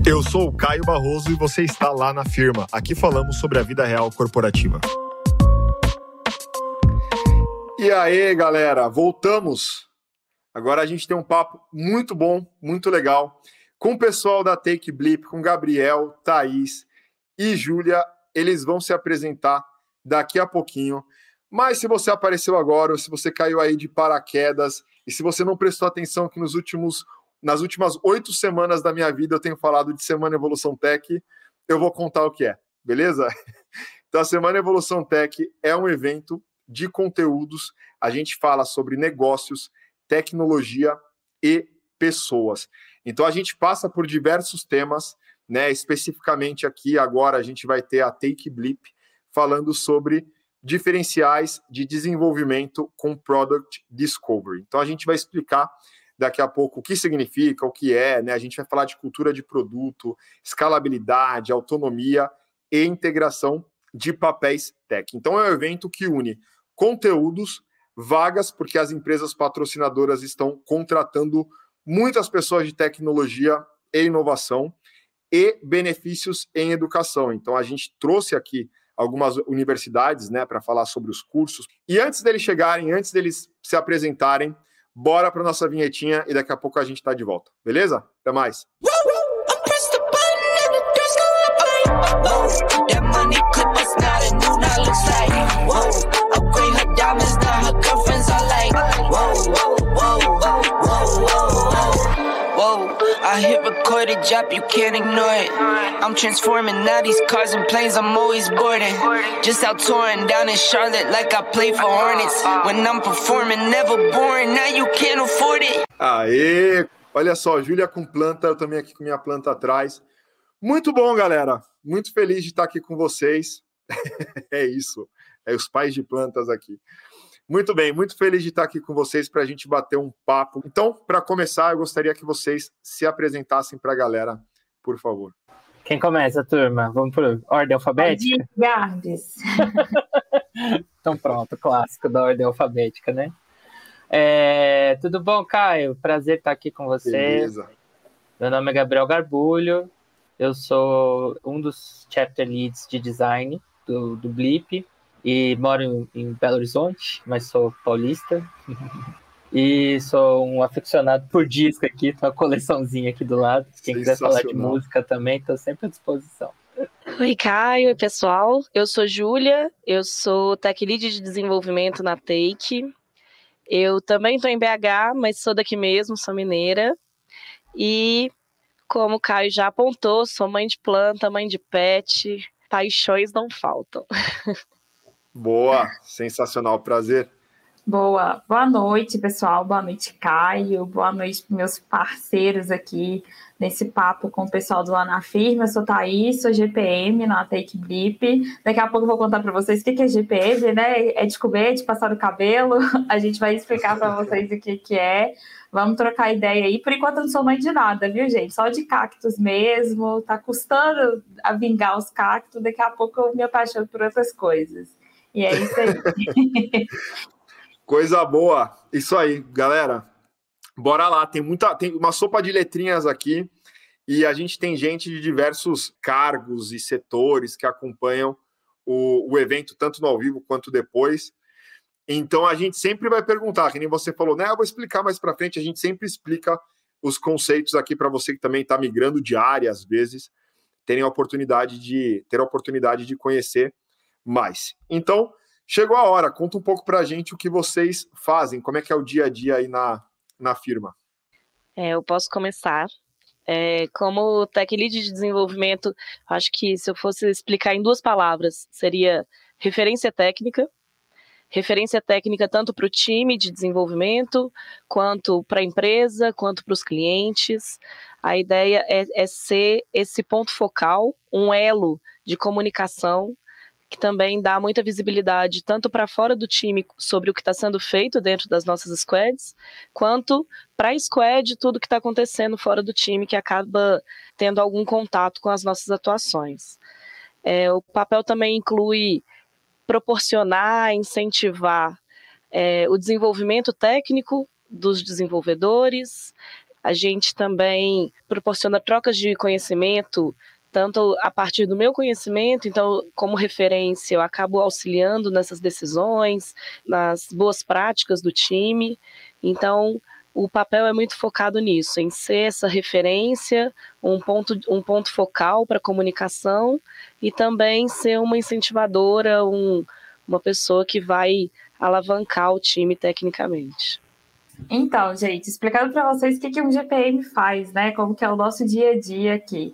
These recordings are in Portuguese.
Eu sou o Caio Barroso e você está lá na firma. Aqui falamos sobre a vida real corporativa. E aí, galera, voltamos. Agora a gente tem um papo muito bom, muito legal, com o pessoal da Take Blip, com Gabriel, Thaís e Júlia. Eles vão se apresentar daqui a pouquinho. Mas se você apareceu agora, ou se você caiu aí de paraquedas, e se você não prestou atenção que nas últimas 8 semanas da minha vida eu tenho falado de Semana Evolução Tech, eu vou contar o que é, beleza? Então a Semana Evolução Tech é um evento de conteúdos, a gente fala sobre negócios, tecnologia e pessoas. Então a gente passa por diversos temas, né? Especificamente aqui agora a gente vai ter a Take Blip falando sobre diferenciais de desenvolvimento com Product Discovery. Então a gente vai explicar daqui a pouco o que significa, o que é, né? A gente vai falar de cultura de produto, escalabilidade, autonomia e integração de papéis tech. Então é um evento que une conteúdos, vagas, porque as empresas patrocinadoras estão contratando muitas pessoas de tecnologia e inovação, e benefícios em educação. Então a gente trouxe aqui algumas universidades, né, para falar sobre os cursos. E antes deles chegarem, antes deles se apresentarem, bora para nossa vinhetinha e daqui a pouco a gente está de volta. Beleza? Até mais. I hit record a drop, you can't ignore it. I'm transforming now these cars and planes, I'm always boarding. Just out touring down in Charlotte like I play for Hornets. When I'm performing, never boring, now you can't afford it. Aê! Olha só, Júlia com planta, eu também aqui com minha planta atrás. Muito bom, galera. Muito feliz de estar aqui com vocês. É isso, é os pais de plantas aqui. Muito bem, muito feliz de estar aqui com vocês para a gente bater um papo. Então, para começar, eu gostaria que vocês se apresentassem para a galera, por favor. Quem começa, turma? Vamos por ordem alfabética? Gardes. Então pronto, clássico da ordem alfabética, né? Tudo bom, Caio? Prazer estar aqui com você. Beleza. Meu nome é Gabriel Garbulho, eu sou um dos chapter leads de design do Blip. E moro em Belo Horizonte, mas sou paulista. E sou um aficionado por disco aqui, tem uma coleçãozinha aqui do lado. Quem quiser falar de música também, estou sempre à disposição. Oi, Caio, pessoal. Eu sou Júlia, eu sou Tech Lead de Desenvolvimento na Take. Eu também estou em BH, mas sou daqui mesmo, sou mineira. E, como o Caio já apontou, sou mãe de planta, mãe de pet. Paixões não faltam. Boa, sensacional, prazer. Boa noite, pessoal. Boa noite, Caio. Boa noite para meus parceiros aqui nesse papo com o pessoal do Lá na Firma. Eu sou Thaís, sou GPM na Take Blip. Daqui a pouco eu vou contar para vocês o que é GPM, né? É de comer, de passar no cabelo. A gente vai explicar para vocês o que é. Vamos trocar ideia aí. Por enquanto eu não sou mãe de nada, viu, gente? Só de cactos mesmo. Tá custando a vingar os cactos. Daqui a pouco eu me apaixono por outras coisas. E é isso aí. Coisa boa. Isso aí, galera. Bora lá. Tem uma sopa de letrinhas aqui e a gente tem gente de diversos cargos e setores que acompanham o evento, tanto no ao vivo quanto depois. Então, a gente sempre vai perguntar, que nem você falou, né? Eu vou explicar mais para frente. A gente sempre explica os conceitos aqui para você que também está migrando de área, às vezes, ter a oportunidade de conhecer mais. Então, chegou a hora. Conta um pouco para a gente o que vocês fazem, como é que é o dia a dia aí na firma. Eu posso começar. Como Tech Lead de Desenvolvimento, acho que se eu fosse explicar em 2 palavras, seria referência técnica. Referência técnica tanto para o time de desenvolvimento, quanto para a empresa, quanto para os clientes. A ideia é ser esse ponto focal, um elo de comunicação, que também dá muita visibilidade tanto para fora do time sobre o que está sendo feito dentro das nossas squads, quanto para a squad tudo que está acontecendo fora do time, que acaba tendo algum contato com as nossas atuações. O papel também inclui proporcionar, incentivar o desenvolvimento técnico dos desenvolvedores, A gente também proporciona trocas de conhecimento, tanto a partir do meu conhecimento, então, como referência, eu acabo auxiliando nessas decisões, nas boas práticas do time. Então, o papel é muito focado nisso, em ser essa referência, um ponto focal para a comunicação e também ser uma incentivadora, uma pessoa que vai alavancar o time tecnicamente. Então, gente, explicando para vocês o que um GPM faz, né? Como que é o nosso dia a dia aqui.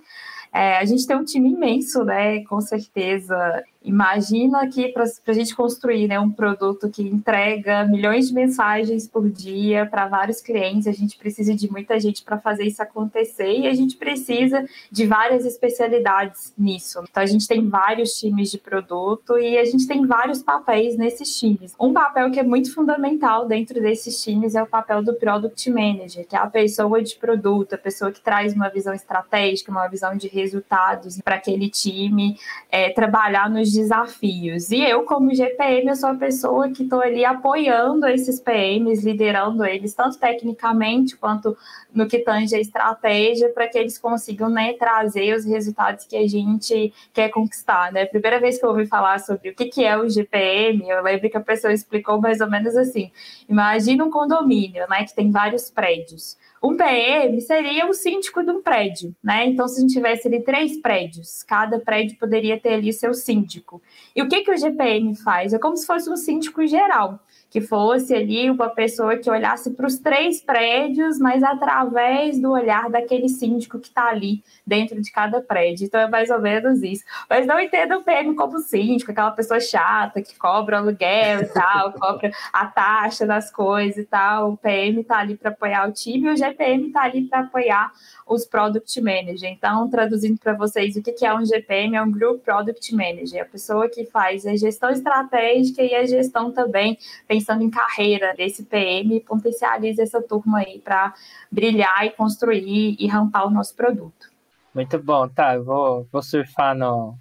A gente tem um time imenso, né? Com certeza. Imagina que para a gente construir, né, um produto que entrega milhões de mensagens por dia para vários clientes, a gente precisa de muita gente para fazer isso acontecer e a gente precisa de várias especialidades nisso. Então, a gente tem vários times de produto e a gente tem vários papéis nesses times. Um papel que é muito fundamental dentro desses times é o papel do Product Manager, que é a pessoa de produto, a pessoa que traz uma visão estratégica, uma visão de resultados para aquele time trabalhar nos desafios. E eu, como GPM, eu sou a pessoa que estou ali apoiando esses PMs, liderando eles, tanto tecnicamente quanto no que tange a estratégia, para que eles consigam, né, trazer os resultados que a gente quer conquistar. Né? A primeira vez que eu ouvi falar sobre o que é o GPM, eu lembro que a pessoa explicou mais ou menos assim: imagina um condomínio, né, que tem vários prédios. Um PM seria o síndico de um prédio, né? Então, se a gente tivesse ali 3 prédios, cada prédio poderia ter ali seu síndico. E o que o GPM faz? É como se fosse um síndico geral, que fosse ali uma pessoa que olhasse para os 3 prédios, mas através do olhar daquele síndico que está ali dentro de cada prédio. Então, é mais ou menos isso. Mas não entenda o PM como síndico, aquela pessoa chata que cobra o aluguel e tal, cobra a taxa das coisas e tal. O PM está ali para apoiar o time e o GPM está ali para apoiar os Product Manager. Então, traduzindo para vocês, o que é um GPM? É um Group Product Manager, a pessoa que faz a gestão estratégica e a gestão também pensando em carreira desse PM e potencializa essa turma aí para brilhar e construir e rampar o nosso produto. Muito bom, tá, eu vou surfar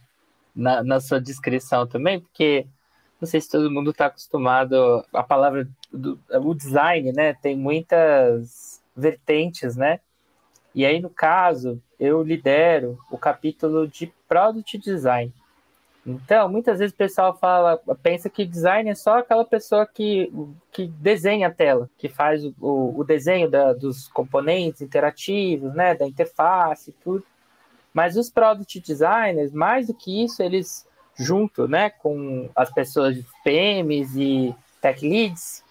na sua descrição também, porque não sei se todo mundo está acostumado, a palavra, o design, né, tem muitas vertentes, né, e aí no caso, eu lidero o capítulo de Product Design. Então, muitas vezes o pessoal pensa que design é só aquela pessoa que desenha a tela, que faz o desenho dos componentes interativos, né, da interface e tudo. Mas os product designers, mais do que isso, eles, junto, né, com as pessoas de PMs e tech leads,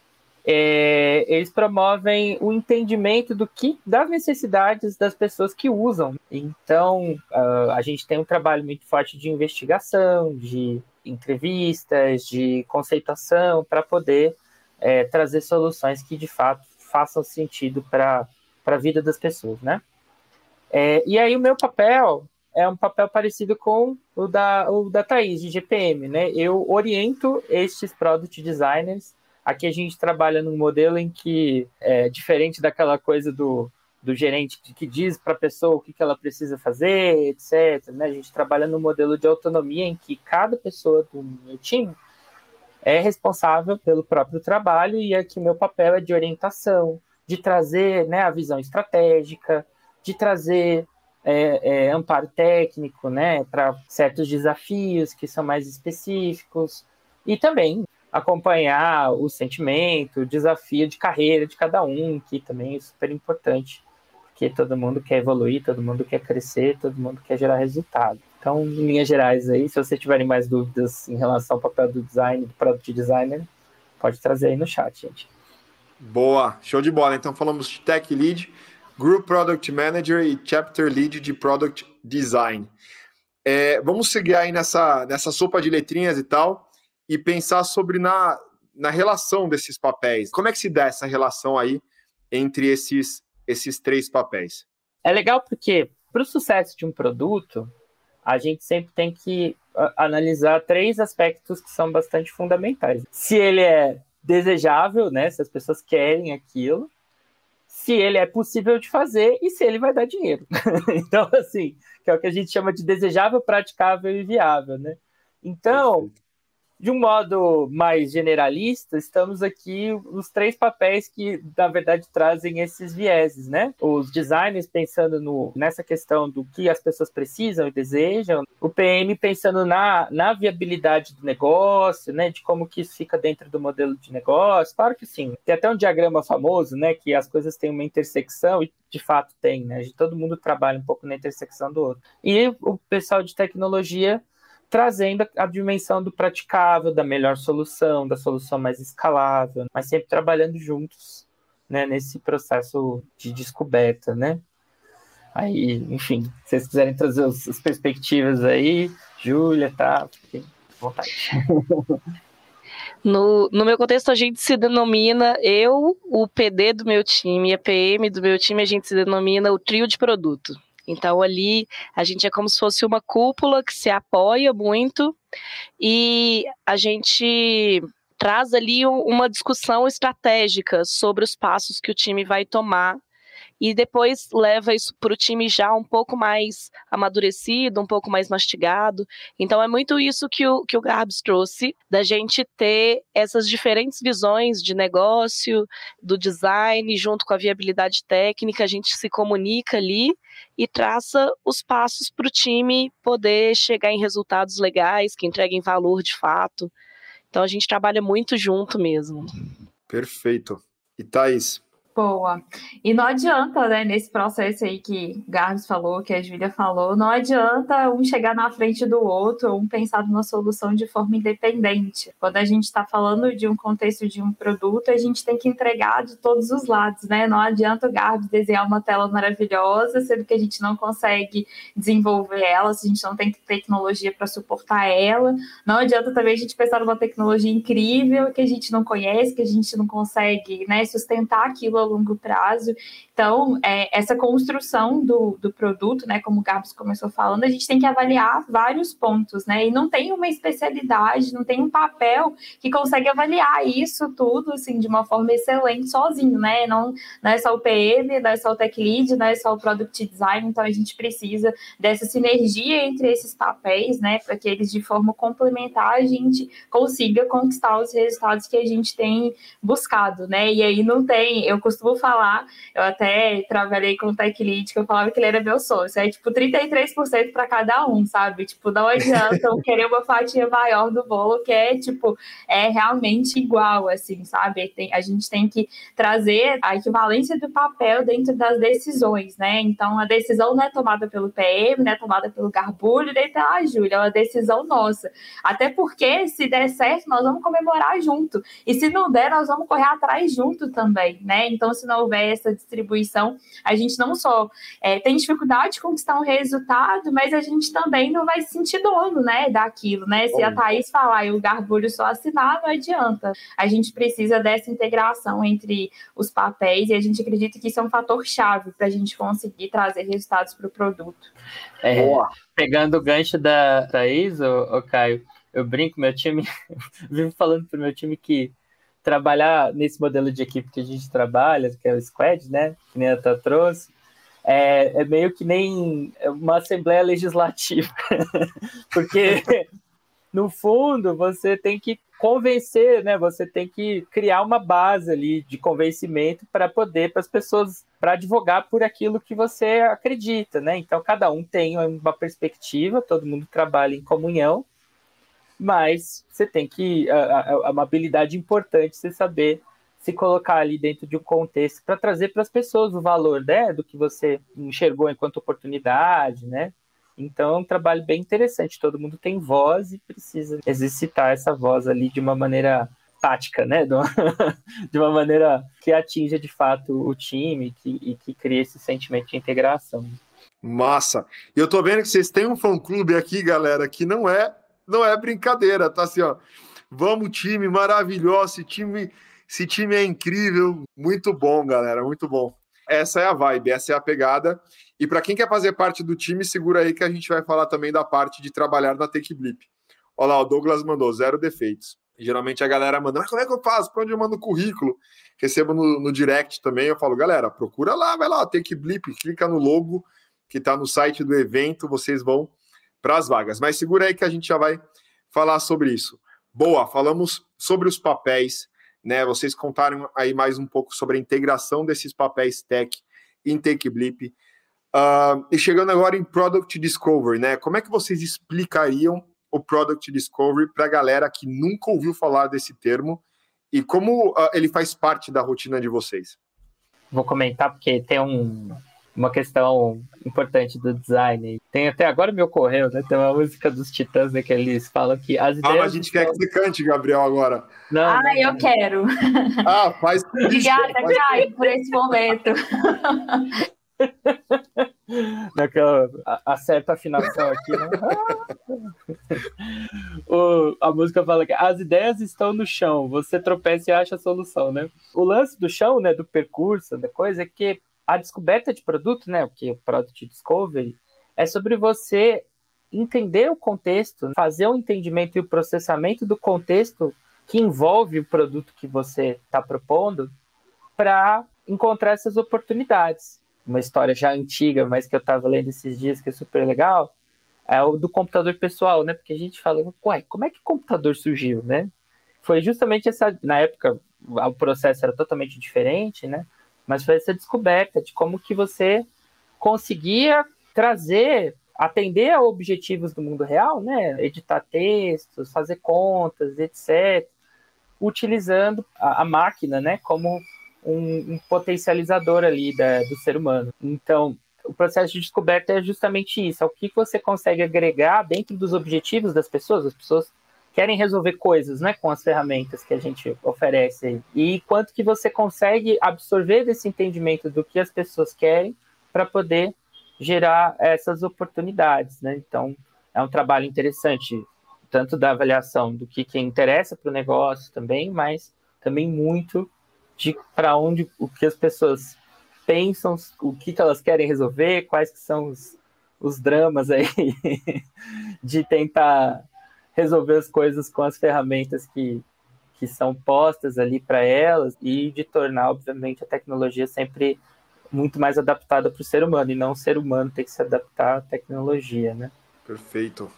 eles promovem o entendimento das necessidades das pessoas que usam. Então, a gente tem um trabalho muito forte de investigação, de entrevistas, de conceituação, para poder trazer soluções que, de fato, façam sentido para a vida das pessoas, né? E aí o meu papel é um papel parecido com o da Thaís, de GPM, né? Eu oriento estes product designers. Aqui a gente trabalha num modelo em que é diferente daquela coisa do gerente que diz para a pessoa o que ela precisa fazer, etc. Né? A gente trabalha num modelo de autonomia em que cada pessoa do meu time é responsável pelo próprio trabalho e aqui o meu papel é de orientação, de trazer, né, a visão estratégica, de trazer amparo técnico, né, para certos desafios que são mais específicos e também acompanhar o sentimento, o desafio de carreira de cada um, que também é super importante, porque todo mundo quer evoluir, todo mundo quer crescer, todo mundo quer gerar resultado. Então, em linhas gerais aí, se vocês tiverem mais dúvidas em relação ao papel do design, do product designer, pode trazer aí no chat, gente. Boa, show de bola. Então falamos de Tech Lead, Group Product Manager e Chapter Lead de Product Design. Vamos seguir aí nessa sopa de letrinhas e tal, e pensar sobre na relação desses papéis. Como é que se dá essa relação aí entre esses 3 papéis? É legal porque, para o sucesso de um produto, a gente sempre tem que analisar 3 aspectos que são bastante fundamentais. Se ele é desejável, né, se as pessoas querem aquilo, se ele é possível de fazer e se ele vai dar dinheiro. Então, assim, que é o que a gente chama de desejável, praticável e viável, né? Então, De um modo mais generalista, estamos aqui os 3 papéis que, na verdade, trazem esses vieses, né? Os designers pensando nessa questão do que as pessoas precisam e desejam, o PM pensando na viabilidade do negócio, né? De como que isso fica dentro do modelo de negócio. Claro que sim. Tem até um diagrama famoso, né? Que as coisas têm uma intersecção e, de fato, tem, né? Todo mundo trabalha um pouco na intersecção do outro. E o pessoal de tecnologia trazendo a dimensão do praticável, da melhor solução, da solução mais escalável, mas sempre trabalhando juntos, né, nesse processo de descoberta, né? Aí, enfim, se vocês quiserem trazer as perspectivas aí, Júlia, tá? Fiquem à vontade. No meu contexto, a gente se denomina, o PD do meu time e a PM do meu time, a gente se denomina o trio de produto. Então, ali, a gente é como se fosse uma cúpula que se apoia muito e a gente traz ali uma discussão estratégica sobre os passos que o time vai tomar e depois leva isso para o time já um pouco mais amadurecido, um pouco mais mastigado. Então é muito isso que o Garbs trouxe, da gente ter essas diferentes visões de negócio, do design, junto com a viabilidade técnica, a gente se comunica ali e traça os passos para o time poder chegar em resultados legais, que entreguem valor de fato. Então a gente trabalha muito junto mesmo. Perfeito. E Thaís? Boa. E não adianta, né, nesse processo aí que o Garbs falou, que a Júlia falou, não adianta um chegar na frente do outro, um pensar numa solução de forma independente. Quando a gente está falando de um contexto de um produto, a gente tem que entregar de todos os lados, né? Não adianta o Garbs desenhar uma tela maravilhosa, sendo que a gente não consegue desenvolver ela, se a gente não tem tecnologia para suportar ela. Não adianta também a gente pensar numa tecnologia incrível que a gente não conhece, que a gente não consegue, né, sustentar aquilo a longo prazo. Então, essa construção do produto, né, como o Garbs começou falando, a gente tem que avaliar vários pontos, né, e não tem uma especialidade, não tem um papel que consegue avaliar isso tudo, assim, de uma forma excelente sozinho, né, não é só o PM, não é só o Tech Lead, não é só o Product Design, então a gente precisa dessa sinergia entre esses papéis, né, para que eles, de forma complementar, a gente consiga conquistar os resultados que a gente tem buscado, né, e aí não tem, eu costumo falar, eu até trabalhei com o Tech Lead, que eu falava que ele era meu sócio, é tipo 33% para cada um, sabe? Tipo, não adianta eu querer uma fatia maior do bolo, que é, tipo, é realmente igual, assim, sabe? A gente tem que trazer a equivalência do papel dentro das decisões, né? Então, a decisão não é tomada pelo PM, não é tomada pelo Garbulho, nem pela Júlia, é uma decisão nossa. Até porque, se der certo, nós vamos comemorar junto. E se não der, nós vamos correr atrás junto também, né? Então, se não houver essa distribuição, a gente não só tem dificuldade de conquistar um resultado, mas a gente também não vai se sentir dono, né, daquilo, né? Se a Thaís falar e o Garbulho só assinar, não adianta. A gente precisa dessa integração entre os papéis e a gente acredita que isso é um fator-chave para a gente conseguir trazer resultados para o produto. Pegando o gancho da Thaís, ô Caio, eu brinco, meu time, vivo falando pro meu time que trabalhar nesse modelo de equipe que a gente trabalha, que é o Squad, né, que nem a Tá trouxe, é meio que nem uma assembleia legislativa, porque no fundo você tem que convencer, né, você tem que criar uma base ali de convencimento para poder, para as pessoas, para advogar por aquilo que você acredita, né, então cada um tem uma perspectiva, todo mundo trabalha em comunhão, mas você tem que, uma habilidade importante, você saber se colocar ali dentro de um contexto para trazer para as pessoas o valor, né, do que você enxergou enquanto oportunidade, né? Então é um trabalho bem interessante, todo mundo tem voz e precisa exercitar essa voz ali de uma maneira tática, né? De uma maneira que atinja de fato o time e que crie esse sentimento de integração. Massa! E eu tô vendo que vocês têm um fã-clube aqui, galera, que não é brincadeira, tá assim, ó. Vamos, time maravilhoso, esse time é incrível, muito bom, galera, muito bom. Essa é a vibe, essa é a pegada. E para quem quer fazer parte do time, segura aí que a gente vai falar também da parte de trabalhar na TechBlip. Olha lá, o Douglas mandou 0 defeitos. Geralmente a galera manda, mas como é que eu faço? Para onde eu mando o currículo? Recebo no direct também, eu falo, galera, procura lá, vai lá, TechBlip, clica no logo que está no site do evento, vocês vão para as vagas. Mas segura aí que a gente já vai falar sobre isso. Boa, falamos sobre os papéis, né? Vocês contaram aí mais um pouco sobre a integração desses papéis tech em TechBlip. E chegando agora em Product Discovery, né? Como é que vocês explicariam o Product Discovery para a galera que nunca ouviu falar desse termo e como ele faz parte da rotina de vocês? Vou comentar porque tem uma questão importante do design. Tem até agora me ocorreu, né? Tem uma música dos Titãs, né, que eles falam que as ideias... mas a gente quer que você cante, Gabriel, agora. Não, eu quero. Faz... Obrigada, Caio, por esse momento. Naquela acerta a afinação aqui, né? A música fala que as ideias estão no chão, você tropeça e acha a solução, né? O lance do chão, né, do percurso, da coisa, é que a descoberta de produto, né, o que é o Product Discovery, é sobre você entender o contexto, fazer o entendimento e o processamento do contexto que envolve o produto que você está propondo para encontrar essas oportunidades. Uma história já antiga, mas que eu estava lendo esses dias, que é super legal, é o do computador pessoal, né? Porque a gente fala, uai, como é que o computador surgiu, né? Foi justamente na época, o processo era totalmente diferente, né? Mas foi essa descoberta de como que você conseguia atender a objetivos do mundo real, né? Editar textos, fazer contas, etc., utilizando a máquina, né, como um potencializador ali do ser humano. Então, o processo de descoberta é justamente isso, é o que você consegue agregar dentro dos objetivos das pessoas. As pessoas querem resolver coisas, né, com as ferramentas que a gente oferece, e quanto que você consegue absorver desse entendimento do que as pessoas querem para poder gerar essas oportunidades, né? Então, é um trabalho interessante, tanto da avaliação do que interessa para o negócio também, mas também muito de para onde, o que as pessoas pensam, o que elas querem resolver, quais que são os dramas aí de tentar resolver as coisas com as ferramentas que são postas ali para elas, e de tornar, obviamente, a tecnologia sempre muito mais adaptada para o ser humano, e não o ser humano ter que se adaptar à tecnologia, né? Perfeito.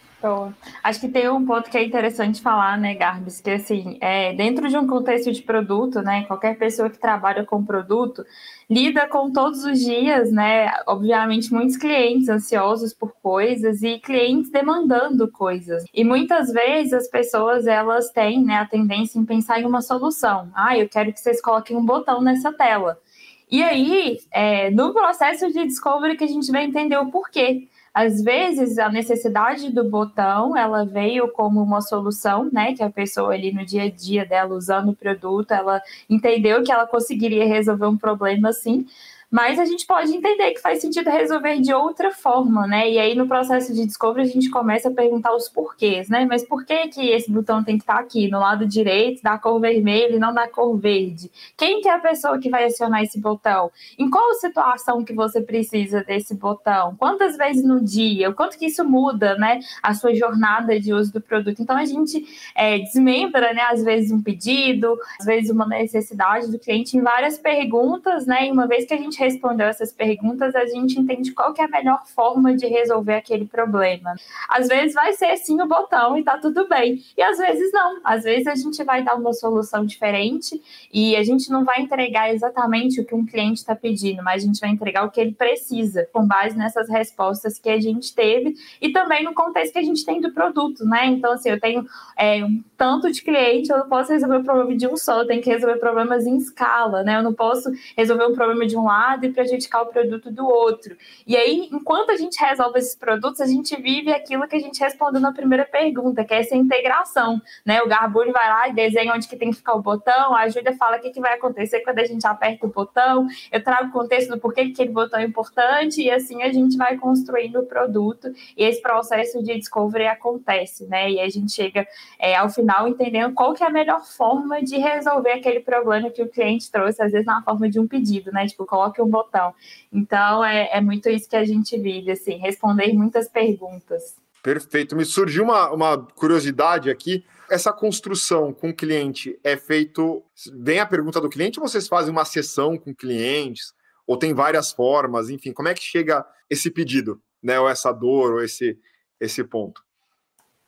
Acho que tem um ponto que é interessante falar, né, Garbes, que assim, dentro de um contexto de produto, né, qualquer pessoa que trabalha com produto lida com todos os dias, né, obviamente muitos clientes ansiosos por coisas e clientes demandando coisas. E muitas vezes as pessoas, elas têm, né, a tendência em pensar em uma solução. Eu quero que vocês coloquem um botão nessa tela. E aí, no processo de discovery que a gente vai entender o porquê. Às vezes, a necessidade do botão, ela veio como uma solução, né? Que a pessoa ali no dia a dia dela, usando o produto, ela entendeu que ela conseguiria resolver um problema assim. Mas a gente pode entender que faz sentido resolver de outra forma, né? E aí, no processo de discovery, a gente começa a perguntar os porquês, né? Mas por que esse botão tem que estar aqui, no lado direito, da cor vermelha e não da cor verde? Quem que é a pessoa que vai acionar esse botão? Em qual situação que você precisa desse botão? Quantas vezes no dia? O quanto que isso muda, né? A sua jornada de uso do produto. Então, a gente desmembra, né? Às vezes um pedido, às vezes uma necessidade do cliente em várias perguntas, né? E uma vez que a gente respondeu essas perguntas, a gente entende qual que é a melhor forma de resolver aquele problema. Às vezes vai ser sim o botão e tá tudo bem. E às vezes não. Às vezes a gente vai dar uma solução diferente e a gente não vai entregar exatamente o que um cliente está pedindo, mas a gente vai entregar o que ele precisa, com base nessas respostas que a gente teve e também no contexto que a gente tem do produto, né? Então, assim, eu tenho um tanto de cliente, eu não posso resolver o problema de um só, eu tenho que resolver problemas em escala, né? Eu não posso resolver um problema de um lado e prejudicar o produto do outro. E aí, enquanto a gente resolve esses produtos, a gente vive aquilo que a gente respondeu na primeira pergunta, que é essa integração, né? O Garbulho vai lá e desenha onde que tem que ficar o botão, a Júlia fala o que vai acontecer quando a gente aperta o botão, eu trago o contexto do porquê que aquele botão é importante, e assim a gente vai construindo o produto, e esse processo de discovery acontece, né? E a gente chega ao final entendendo qual que é a melhor forma de resolver aquele problema que o cliente trouxe, às vezes na forma de um pedido, né? Tipo, coloque um botão. Então, é muito isso que a gente vive, assim, responder muitas perguntas. Perfeito. Me surgiu uma curiosidade aqui. Essa construção com o cliente é feito... Vem a pergunta do cliente ou vocês fazem uma sessão com clientes? Ou tem várias formas? Enfim, como é que chega esse pedido, né? Ou essa dor, ou esse ponto?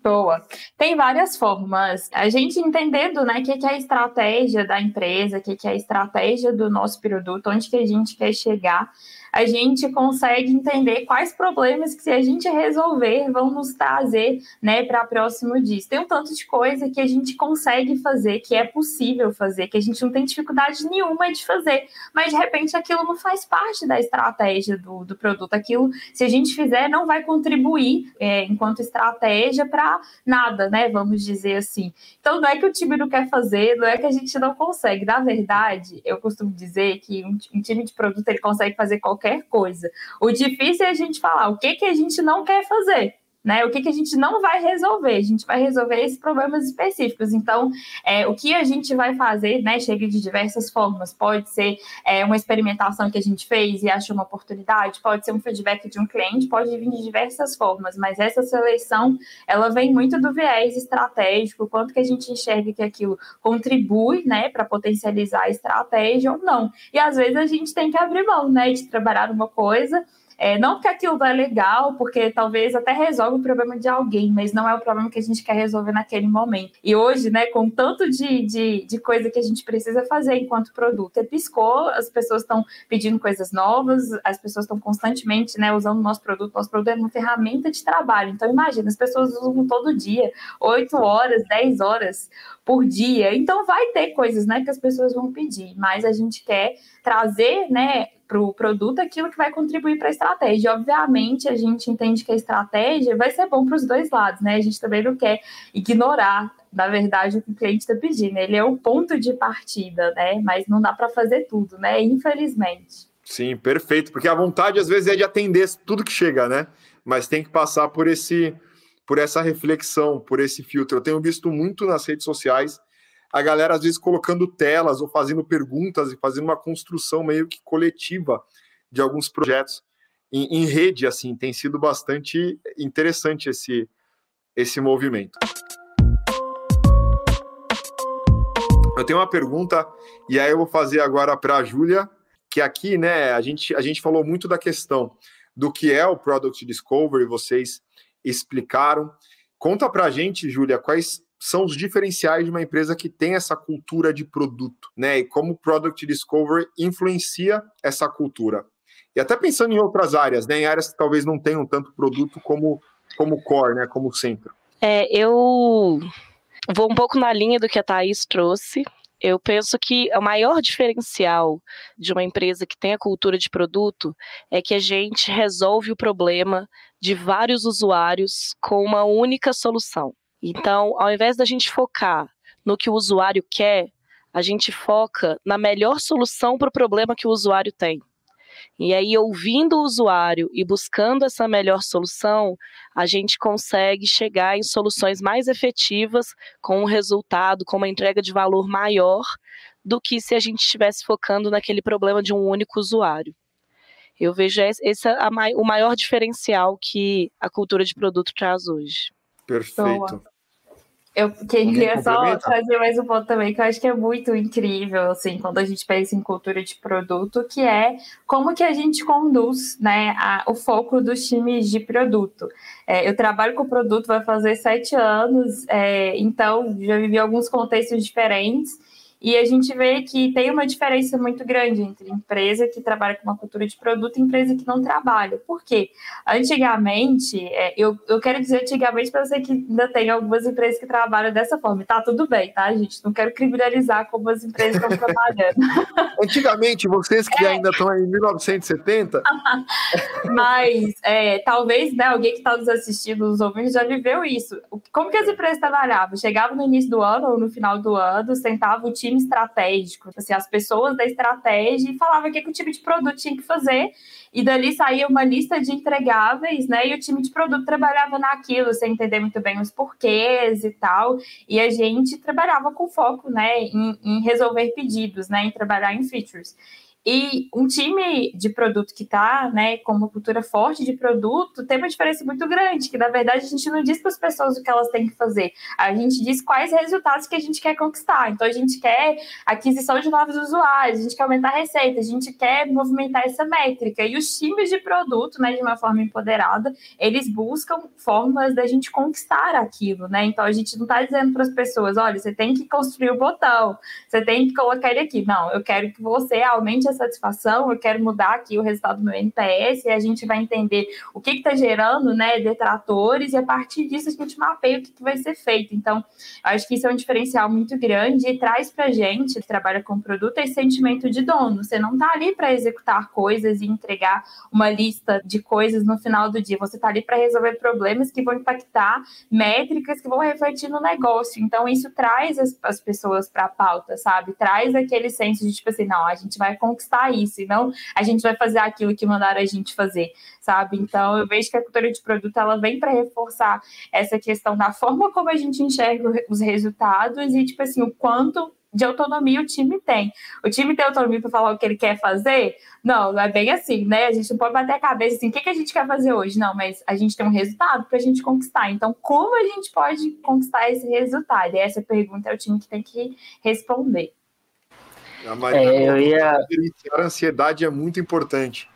Boa. Tem várias formas. A gente entendendo, né, o que é a estratégia da empresa, o que é a estratégia do nosso produto, onde que a gente quer chegar, a gente consegue entender quais problemas que, se a gente resolver, vão nos trazer, né, para próximo disso. Tem um tanto de coisa que a gente consegue fazer, que é possível fazer, que a gente não tem dificuldade nenhuma de fazer, mas de repente aquilo não faz parte da estratégia do produto. Aquilo, se a gente fizer, não vai contribuir enquanto estratégia para nada, né? Vamos dizer assim. Então, não é que o time não quer fazer, não é que a gente não consegue. Na verdade, eu costumo dizer que um time de produto ele consegue fazer qualquer coisa. O difícil é a gente falar o que a gente não quer fazer, né? O que a gente não vai resolver. A gente vai resolver esses problemas específicos. Então, o que a gente vai fazer, né, chega de diversas formas. Pode ser uma experimentação que a gente fez e achou uma oportunidade, pode ser um feedback de um cliente, pode vir de diversas formas, mas essa seleção, ela vem muito do viés estratégico, quanto que a gente enxerga que aquilo contribui, né, para potencializar a estratégia ou não. E às vezes a gente tem que abrir mão, né, de trabalhar numa coisa, não porque aquilo é legal, porque talvez até resolve o problema de alguém, mas não é o problema que a gente quer resolver naquele momento. E hoje, né, com tanto de coisa que a gente precisa fazer enquanto produto, piscou, as pessoas estão pedindo coisas novas, as pessoas estão constantemente, né, usando o nosso produto é uma ferramenta de trabalho. Então, imagina, as pessoas usam todo dia, 8 horas, 10 horas por dia. Então, vai ter coisas, né, que as pessoas vão pedir, mas a gente quer trazer, né, para o produto aquilo que vai contribuir para a estratégia. Obviamente, a gente entende que a estratégia vai ser bom para os dois lados, né? A gente também não quer ignorar, na verdade, o que o cliente está pedindo. Ele é o ponto de partida, né? Mas não dá para fazer tudo, né? Infelizmente. Sim, perfeito. Porque a vontade, às vezes, é de atender tudo que chega, né? Mas tem que passar por essa reflexão, por esse filtro. Eu tenho visto muito nas redes sociais a galera, às vezes, colocando telas ou fazendo perguntas e fazendo uma construção meio que coletiva de alguns projetos em rede, assim. Tem sido bastante interessante esse movimento. Eu tenho uma pergunta, e aí eu vou fazer agora para a Júlia, que aqui, né, a gente falou muito da questão do que é o Product Discovery, vocês explicaram. Conta para a gente, Júlia, quais são os diferenciais de uma empresa que tem essa cultura de produto, né? E como o Product Discovery influencia essa cultura. E até pensando em outras áreas, né? Em áreas que talvez não tenham tanto produto como core, né? Como centro. Eu vou um pouco na linha do que a Thaís trouxe. Eu penso que o maior diferencial de uma empresa que tem a cultura de produto é que a gente resolve o problema de vários usuários com uma única solução. Então, ao invés da gente focar no que o usuário quer, a gente foca na melhor solução para o problema que o usuário tem. E aí, ouvindo o usuário e buscando essa melhor solução, a gente consegue chegar em soluções mais efetivas, com um resultado, com uma entrega de valor maior, do que se a gente estivesse focando naquele problema de um único usuário. Eu vejo esse o maior diferencial que a cultura de produto traz hoje. Perfeito. Boa. Eu queria só trazer mais um ponto também, que eu acho que é muito incrível, assim, quando a gente pensa em cultura de produto, que é como que a gente conduz, né, o foco dos times de produto. Eu trabalho com produto, vai fazer 7 anos, então já vivi alguns contextos diferentes, e a gente vê que tem uma diferença muito grande entre empresa que trabalha com uma cultura de produto e empresa que não trabalha. Por quê? Antigamente, eu quero dizer antigamente para você que ainda tem algumas empresas que trabalham dessa forma. E tá tudo bem, tá, gente? Não quero criminalizar como as empresas estão trabalhando. Antigamente, vocês que ainda estão em 1970... Mas talvez, né, alguém que está nos assistindo, nos ouvindo, já viveu isso. Como que as empresas trabalhavam? Chegavam no início do ano ou no final do ano, sentava o time estratégico, assim, as pessoas da estratégia, e falava o que o time de produto tinha que fazer, e dali saía uma lista de entregáveis, né, e o time de produto trabalhava naquilo, sem entender muito bem os porquês e tal, e a gente trabalhava com foco, né, em resolver pedidos, né, em trabalhar em features. E um time de produto que está, né, com uma cultura forte de produto, tem uma diferença muito grande, que na verdade a gente não diz para as pessoas o que elas têm que fazer, a gente diz quais resultados que a gente quer conquistar. Então a gente quer aquisição de novos usuários, a gente quer aumentar a receita, a gente quer movimentar essa métrica. E os times de produto, né, de uma forma empoderada, eles buscam formas da gente conquistar aquilo, né? Então a gente não está dizendo para as pessoas, olha, você tem que construir o botão, você tem que colocar ele aqui. Não, eu quero que você aumente a satisfação, eu quero mudar aqui o resultado do meu NPS, e a gente vai entender o que está gerando, né, detratores, e a partir disso a gente mapeia o que vai ser feito. Então, eu acho que isso é um diferencial muito grande e traz para a gente, que trabalha com produto, esse sentimento de dono. Você não está ali para executar coisas e entregar uma lista de coisas no final do dia, você está ali para resolver problemas que vão impactar métricas que vão refletir no negócio. Então, isso traz as pessoas para a pauta, sabe? Traz aquele senso de, tipo assim, não, a gente vai conquistar isso, e não a gente vai fazer aquilo que mandaram a gente fazer, sabe? Então, eu vejo que a cultura de produto, ela vem para reforçar essa questão da forma como a gente enxerga os resultados e, tipo assim, o quanto de autonomia o time tem. O time tem autonomia para falar o que ele quer fazer? Não, não é bem assim, né? A gente não pode bater a cabeça assim, o que a gente quer fazer hoje? Não, mas a gente tem um resultado para a gente conquistar. Então, como a gente pode conquistar esse resultado? E essa pergunta é o time que tem que responder. A ansiedade é muito importante.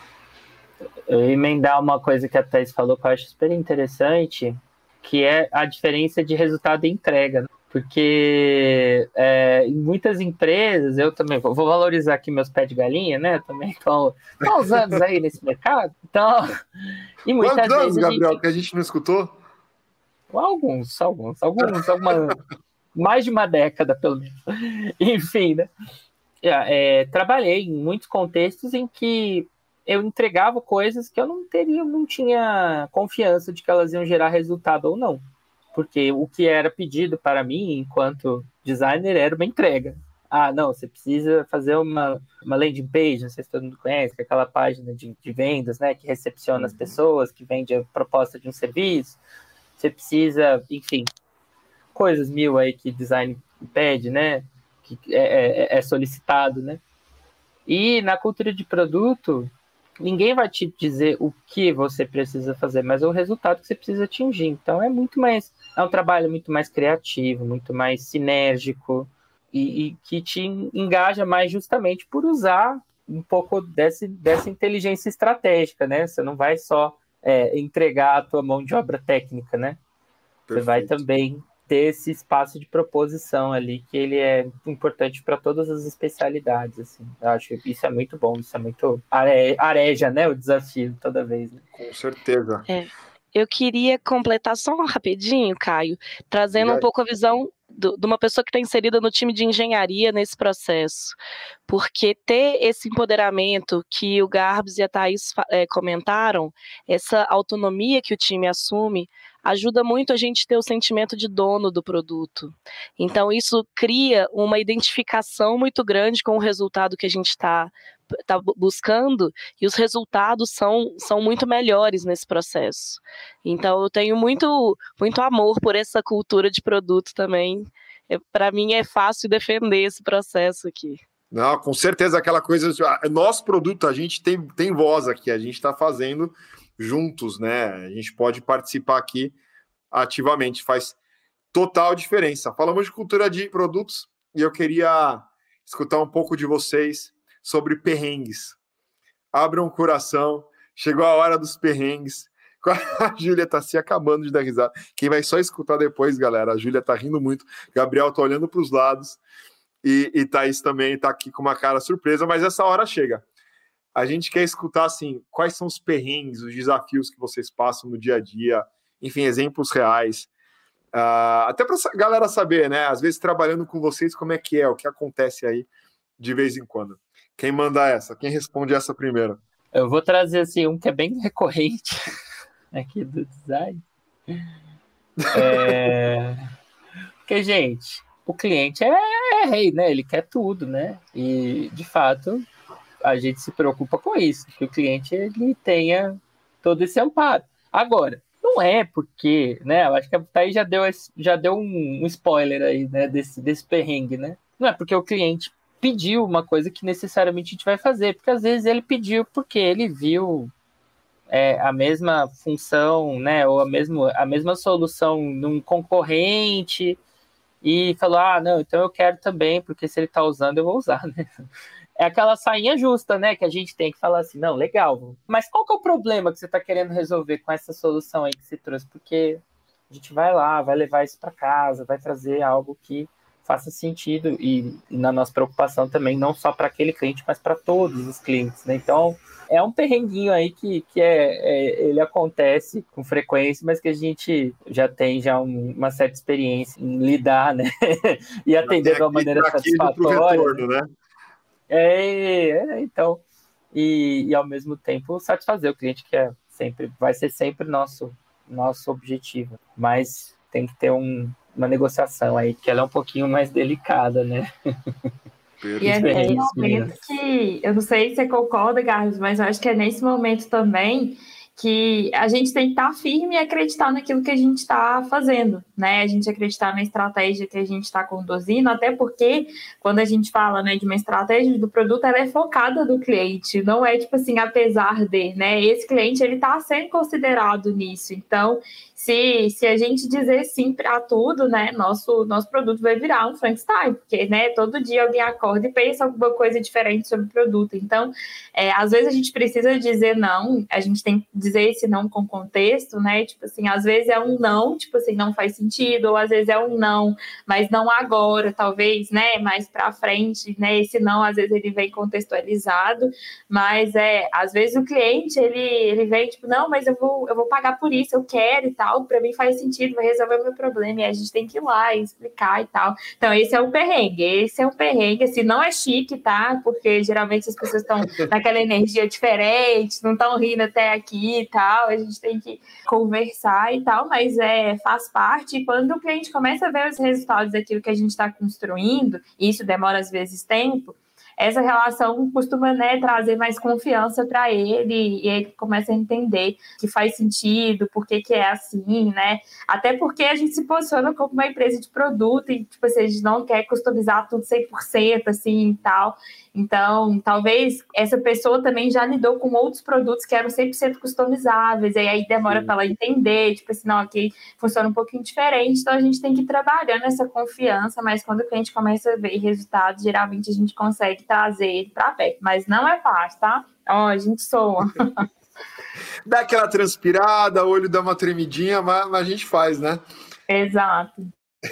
Eu ia emendar uma coisa que a Thais falou que eu acho super interessante, que é a diferença de resultado e entrega, né? Porque em muitas empresas, eu também vou valorizar aqui meus pés de galinha, né? Também estou há uns anos aí nesse mercado. Então, e muitas Quantos anos, vezes Gabriel, que a gente não escutou? Algumas, mais de uma década, pelo menos. Enfim, né? Trabalhei em muitos contextos em que eu entregava coisas que eu não tinha confiança de que elas iam gerar resultado ou não. Porque o que era pedido para mim, enquanto designer, era uma entrega. Ah, não, você precisa fazer uma landing page, não sei se todo mundo conhece, que é aquela página de vendas, né, que recepciona as pessoas, que vende a proposta de um serviço. Você precisa, enfim, coisas mil aí que design pede, né, que é solicitado, né? E na cultura de produto, ninguém vai te dizer o que você precisa fazer, mas o resultado que você precisa atingir. Então é um trabalho muito mais criativo, muito mais sinérgico e que te engaja mais justamente por usar um pouco dessa inteligência estratégica, né? Você não vai só entregar a tua mão de obra técnica, né? Perfeito. Você vai também ter esse espaço de proposição ali, que ele é importante para todas as especialidades, assim. Eu acho que isso é muito bom, isso é muito areja, né, o desafio toda vez, né? Com certeza. Eu queria completar só rapidinho, Caio, trazendo um pouco a visão de uma pessoa que está inserida no time de engenharia nesse processo, porque ter esse empoderamento que o Garbs e a Thais comentaram, essa autonomia que o time assume, ajuda muito a gente ter o sentimento de dono do produto. Então, isso cria uma identificação muito grande com o resultado que a gente está buscando, e os resultados são muito melhores nesse processo. Então, eu tenho muito, muito amor por essa cultura de produto também. Para mim, é fácil defender esse processo aqui. Não, com certeza, aquela coisa, nosso produto, a gente tem voz aqui, a gente está fazendo juntos, né? A gente pode participar aqui ativamente, faz total diferença. Falamos de cultura de produtos e eu queria escutar um pouco de vocês sobre perrengues. Abram o coração, chegou a hora dos perrengues. A Júlia está se acabando de dar risada. Quem vai só escutar depois, galera, a Júlia está rindo muito, Gabriel está olhando para os lados e Thaís também está aqui com uma cara surpresa, mas essa hora chega. A gente quer escutar, assim, quais são os perrengues, os desafios que vocês passam no dia a dia, enfim, exemplos reais. Até para a galera saber, né? Às vezes trabalhando com vocês, como é, o que acontece aí de vez em quando. Quem manda essa? Quem responde essa primeiro? Eu vou trazer, assim, um que é bem recorrente aqui do design. Porque, gente, o cliente é rei, né? Ele quer tudo, né? E, de fato, a gente se preocupa com isso, que o cliente ele tenha todo esse amparo. Agora, não é porque, né? Eu acho que a Thaís já deu um spoiler aí, né? Desse perrengue, né? Não é porque o cliente pediu uma coisa que necessariamente a gente vai fazer, porque às vezes ele pediu porque ele viu a mesma função, né, ou a mesma solução num concorrente e falou, não, então eu quero também, porque se ele está usando, eu vou usar, né? É aquela sainha justa, né, que a gente tem que falar assim, não, legal, mas qual que é o problema que você está querendo resolver com essa solução aí que você trouxe? Porque a gente vai lá, vai levar isso para casa, vai trazer algo que faça sentido e na nossa preocupação também, não só para aquele cliente, mas para todos os clientes, né? Então, é um perrenguinho aí que ele acontece com frequência, mas que a gente já tem uma certa experiência em lidar, né? E atender de uma maneira satisfatória. Retorno, né? Então, e ao mesmo tempo satisfazer o cliente, que vai ser sempre nosso objetivo. Mas tem que ter uma negociação aí, que ela é um pouquinho mais delicada, né? E é nesse momento que, eu não sei se você concorda, Carlos, mas eu acho que é nesse momento também que a gente tem que estar firme e acreditar naquilo que a gente está fazendo, né? A gente acreditar na estratégia que a gente está conduzindo, até porque quando a gente fala, né, de uma estratégia do produto, ela é focada no cliente, não é tipo assim, apesar de, né? Esse cliente, ele está sendo considerado nisso. Então, se a gente dizer sim para tudo, né, nosso produto vai virar um Frankenstein, porque, né, todo dia alguém acorda e pensa alguma coisa diferente sobre o produto. Então, às vezes a gente precisa dizer não, a gente tem que dizer esse não com contexto, né, tipo assim, às vezes é um não, tipo assim, não faz sentido, ou às vezes é um não, mas não agora, talvez, né, mais para frente, né, esse não, às vezes ele vem contextualizado, mas às vezes o cliente, ele vem, tipo, não, mas eu vou pagar por isso, eu quero e tal, para mim faz sentido, vai resolver o meu problema, e a gente tem que ir lá e explicar e tal. Então, esse é um perrengue, assim, não é chique, tá? Porque geralmente as pessoas estão naquela energia diferente, não estão rindo até aqui e tal, a gente tem que conversar e tal, mas faz parte, e quando o cliente começa a ver os resultados daquilo que a gente está construindo, e isso demora às vezes tempo, essa relação costuma, né, trazer mais confiança para ele, e ele começa a entender que faz sentido, por que é assim, né? Até porque a gente se posiciona como uma empresa de produto e, tipo assim, a gente não quer customizar tudo 100%, assim, e tal. Então, talvez essa pessoa também já lidou com outros produtos que eram 100% customizáveis, e aí demora para ela entender, tipo assim, não, aqui funciona um pouquinho diferente, então a gente tem que ir trabalhando essa confiança, mas quando o cliente começa a ver resultados, geralmente a gente consegue trazer ele para perto, mas não é fácil, tá? Ó, a gente soa. Dá aquela transpirada, o olho dá uma tremidinha, mas a gente faz, né? Exato.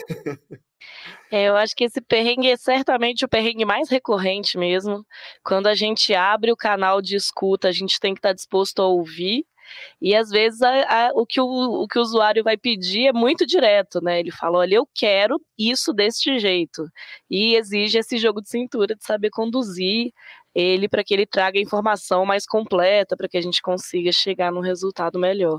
Eu acho que esse perrengue é certamente o perrengue mais recorrente mesmo. Quando a gente abre o canal de escuta, a gente tem que estar disposto a ouvir. E às vezes o que o usuário vai pedir é muito direto, né? Ele fala, olha, eu quero isso deste jeito. E exige esse jogo de cintura de saber conduzir ele para que ele traga a informação mais completa, para que a gente consiga chegar num resultado melhor.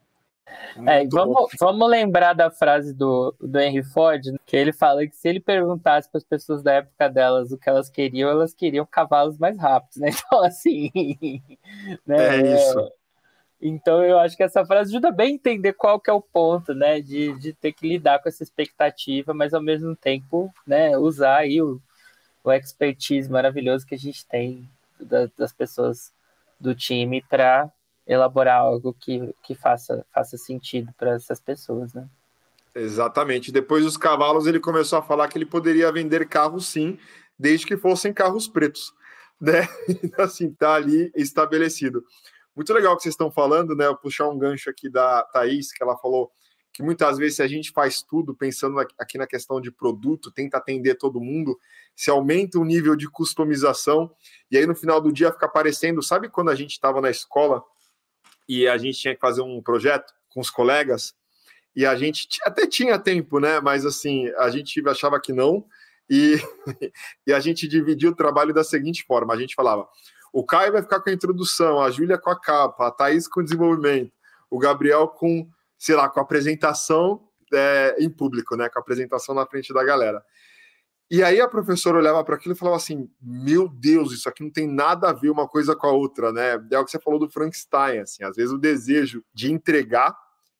Vamos lembrar da frase do Henry Ford, que ele fala que se ele perguntasse para as pessoas da época delas o que elas queriam cavalos mais rápidos, né? Então, assim... né? É isso. Então, eu acho que essa frase ajuda bem a entender qual que é o ponto, né? De ter que lidar com essa expectativa, mas, ao mesmo tempo, né, usar aí o expertise maravilhoso que a gente tem das pessoas do time para elaborar algo que faça sentido para essas pessoas, né? Exatamente. Depois dos cavalos, ele começou a falar que ele poderia vender carros, sim, desde que fossem carros pretos, né? Assim, tá ali estabelecido. Muito legal o que vocês estão falando, né? Eu puxar um gancho aqui da Thaís, que ela falou que muitas vezes se a gente faz tudo pensando aqui na questão de produto, tenta atender todo mundo, se aumenta o nível de customização, e aí no final do dia fica parecendo, sabe quando a gente estava na escola e a gente tinha que fazer um projeto com os colegas, e a gente até tinha tempo, né? Mas assim, a gente achava que não, e a gente dividia o trabalho da seguinte forma, a gente falava, o Caio vai ficar com a introdução, a Júlia com a capa, a Thaís com o desenvolvimento, o Gabriel com, sei lá, com a apresentação em público, né? Com a apresentação na frente da galera. E aí a professora olhava para aquilo e falava assim, meu Deus, isso aqui não tem nada a ver uma coisa com a outra, né? É o que você falou do Frankenstein, assim, às vezes o desejo de entregar,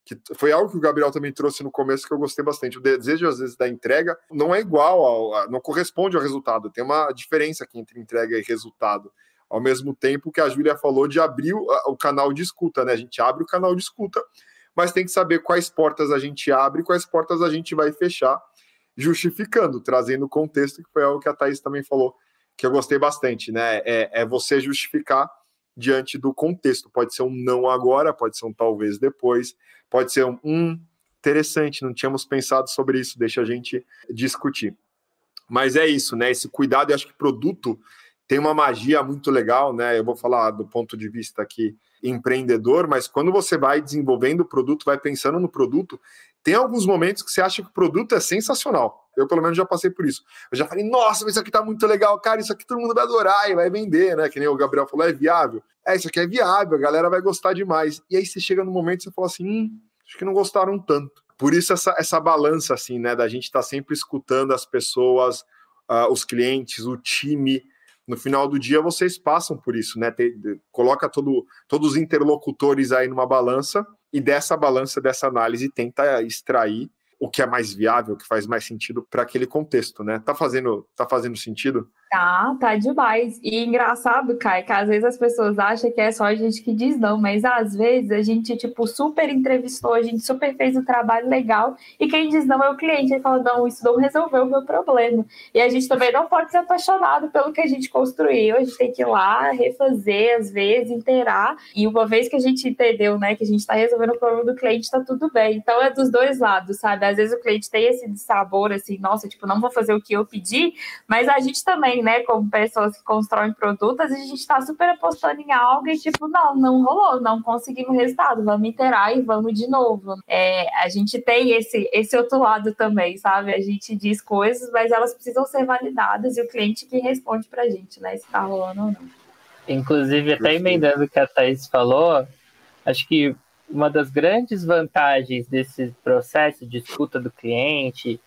que foi algo que o Gabriel também trouxe no começo que eu gostei bastante. O desejo, às vezes, da entrega não é igual, não corresponde ao resultado. Tem uma diferença aqui entre entrega e resultado. Ao mesmo tempo que a Júlia falou de abrir o canal de escuta, né? A gente abre o canal de escuta, mas tem que saber quais portas a gente abre e quais portas a gente vai fechar, justificando, trazendo contexto, que foi algo que a Thaís também falou, que eu gostei bastante, né? É você justificar diante do contexto. Pode ser um não agora, pode ser um talvez depois, pode ser um interessante, não tínhamos pensado sobre isso, deixa a gente discutir. Mas é isso, né? Esse cuidado, eu acho que produto tem uma magia muito legal, né? Eu vou falar do ponto de vista aqui empreendedor, mas quando você vai desenvolvendo o produto, vai pensando no produto, tem alguns momentos que você acha que o produto é sensacional. Eu, pelo menos, já passei por isso. Eu já falei, nossa, mas isso aqui tá muito legal, cara, isso aqui todo mundo vai adorar e vai vender, né? Que nem o Gabriel falou, é viável? Isso aqui é viável, a galera vai gostar demais. E aí você chega no momento e você fala assim, acho que não gostaram tanto. Por isso essa balança, assim, né? Da gente estar sempre escutando as pessoas, os clientes, o time. No final do dia, vocês passam por isso, né? Coloca todos os interlocutores aí numa balança e dessa balança, dessa análise, tenta extrair o que é mais viável, o que faz mais sentido para aquele contexto, né? Tá fazendo sentido? Tá demais. E engraçado, Kai, que às vezes as pessoas acham que é só a gente que diz não, mas às vezes a gente, tipo, super entrevistou, a gente super fez um trabalho legal, e quem diz não é o cliente. Ele fala, não, isso não resolveu o meu problema. E a gente também não pode ser apaixonado pelo que a gente construiu, a gente tem que ir lá, refazer, às vezes, inteirar, e uma vez que a gente entendeu, né, que a gente tá resolvendo o problema do cliente, tá tudo bem. Então é dos dois lados, sabe? Às vezes o cliente tem esse dissabor, assim, nossa, tipo, não vou fazer o que eu pedi, mas a gente também, né, como pessoas que constroem produtos, a gente está super apostando em algo e tipo, não rolou, não conseguimos resultado, vamos iterar e vamos de novo. A gente tem esse outro lado também, sabe? A gente diz coisas, mas elas precisam ser validadas e o cliente que responde pra gente, né, se tá rolando ou não. Inclusive, até emendando o que a Thaís falou, acho que uma das grandes vantagens desse processo de escuta do cliente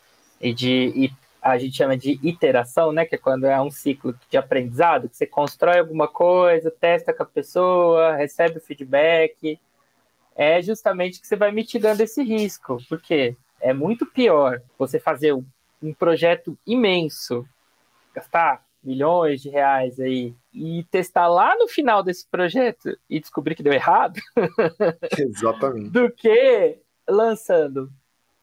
e a gente chama de iteração, né? Que é quando é um ciclo de aprendizado, que você constrói alguma coisa, testa com a pessoa, recebe o feedback. É justamente que você vai mitigando esse risco, porque é muito pior você fazer um projeto imenso, gastar milhões de reais aí e testar lá no final desse projeto e descobrir que deu errado. Exatamente. Do que lançando,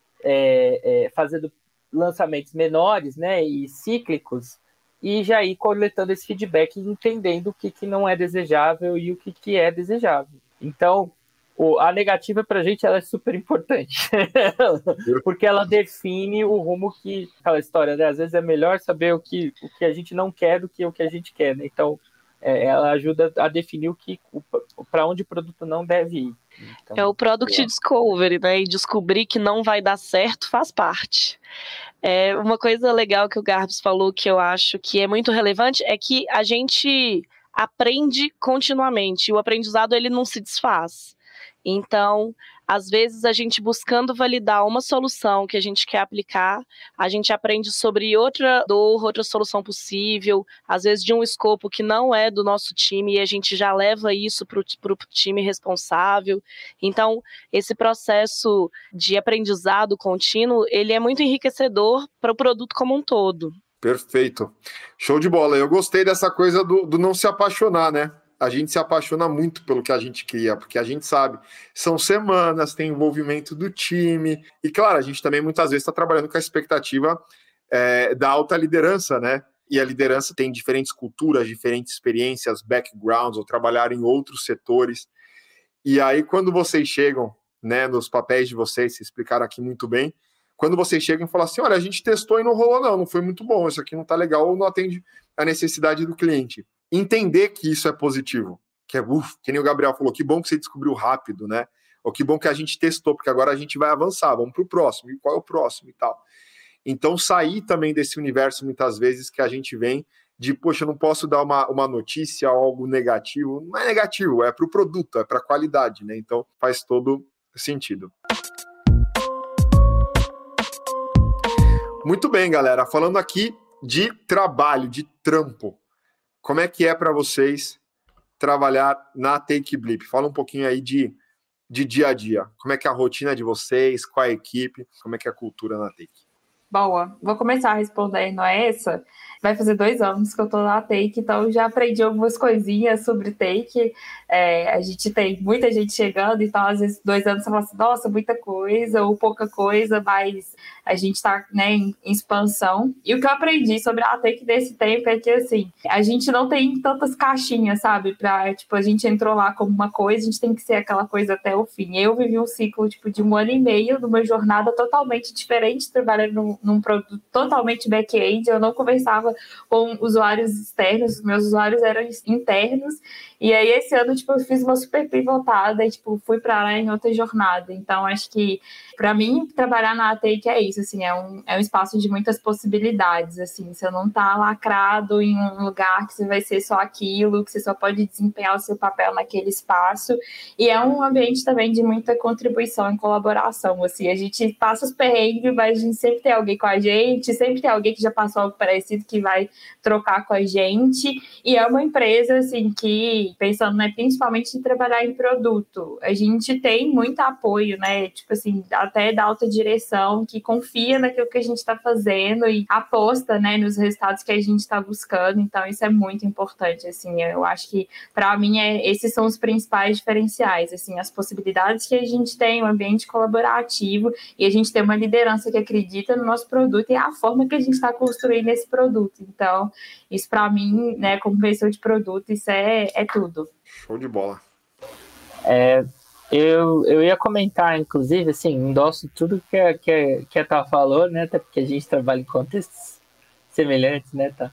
fazendo lançamentos menores, né, e cíclicos, e já ir coletando esse feedback e entendendo o que não é desejável e o que é desejável. Então, a negativa para a gente ela é super importante, porque ela define o rumo que... Aquela história, né? Às vezes é melhor saber o que a gente não quer do que o que a gente quer, né? Então, ela ajuda a definir para onde o produto não deve ir. Então, é o Product Discovery, né? E descobrir que não vai dar certo faz parte. Uma coisa legal que o Garbs falou que eu acho que é muito relevante é que a gente aprende continuamente. O aprendizado ele não se desfaz. Então, às vezes, a gente buscando validar uma solução que a gente quer aplicar, a gente aprende sobre outra dor, outra solução possível, às vezes de um escopo que não é do nosso time, e a gente já leva isso para o time responsável. Então, esse processo de aprendizado contínuo, ele é muito enriquecedor para o produto como um todo. Perfeito. Show de bola. Eu gostei dessa coisa do não se apaixonar, né? A gente se apaixona muito pelo que a gente cria, porque a gente sabe, são semanas, tem envolvimento do time, e claro, a gente também muitas vezes está trabalhando com a expectativa da alta liderança, né? E a liderança tem diferentes culturas, diferentes experiências, backgrounds, ou trabalhar em outros setores. E aí, quando vocês chegam, né, nos papéis de vocês, se explicaram aqui muito bem, quando vocês chegam e falam assim, olha, a gente testou e não rolou não foi muito bom, isso aqui não está legal, ou não atende a necessidade do cliente. Entender que isso é positivo, que nem o Gabriel falou, que bom que você descobriu rápido, né? Ou que bom que a gente testou, porque agora a gente vai avançar, vamos para o próximo, e qual é o próximo e tal. Então, sair também desse universo, muitas vezes, que a gente vem de, poxa, eu não posso dar uma notícia ou algo negativo. Não é negativo, é para o produto, é para a qualidade, né? Então, faz todo sentido. Muito bem, galera. Falando aqui de trabalho, de trampo. Como é que é para vocês trabalhar na TakeBlip? Fala um pouquinho aí de de dia a dia? Como é que é a rotina de vocês? Qual é a equipe? Como é que é a cultura na Take? Boa, vou começar respondendo a essa. Vai fazer 2 anos que eu tô na Take, então já aprendi algumas coisinhas sobre Take. A gente tem muita gente chegando, então às vezes 2 anos você fala assim, nossa, muita coisa ou pouca coisa, mas a gente tá, né, em expansão. E o que eu aprendi sobre a Take desse tempo é que, assim, a gente não tem tantas caixinhas, sabe? Tipo, a gente entrou lá como uma coisa, a gente tem que ser aquela coisa até o fim. Eu vivi um ciclo, tipo, de 1 ano e meio, de uma jornada totalmente diferente, trabalhando num produto totalmente back-end. Eu não conversava com usuários externos, meus usuários eram internos. E aí, esse ano, tipo, eu fiz uma super pivotada e, tipo, fui para lá em outra jornada. Então, acho que, para mim, trabalhar na Take é isso, assim, é um espaço de muitas possibilidades, assim. Você não tá lacrado em um lugar que você vai ser só aquilo, que você só pode desempenhar o seu papel naquele espaço. E é um ambiente também de muita contribuição e colaboração, assim. A gente passa os perrengues, mas a gente sempre tem alguém com a gente, sempre tem alguém que já passou algo parecido que vai trocar com a gente. E é uma empresa, assim, que, pensando, né, principalmente em trabalhar em produto, a gente tem muito apoio, né, tipo assim, até da alta direção, que confia naquilo que a gente está fazendo e aposta, né, nos resultados que a gente está buscando. Então, isso é muito importante, assim. Eu acho que, para mim, esses são os principais diferenciais, assim, as possibilidades que a gente tem, um ambiente colaborativo, e a gente tem uma liderança que acredita no nosso produto e a forma que a gente está construindo esse produto. Então, isso para mim, né, como pessoa de produto, isso é tudo. Show de bola. Eu ia comentar, inclusive, assim, endosso tudo que a Tá falou, né, até porque a gente trabalha em contextos semelhantes, né, Tá?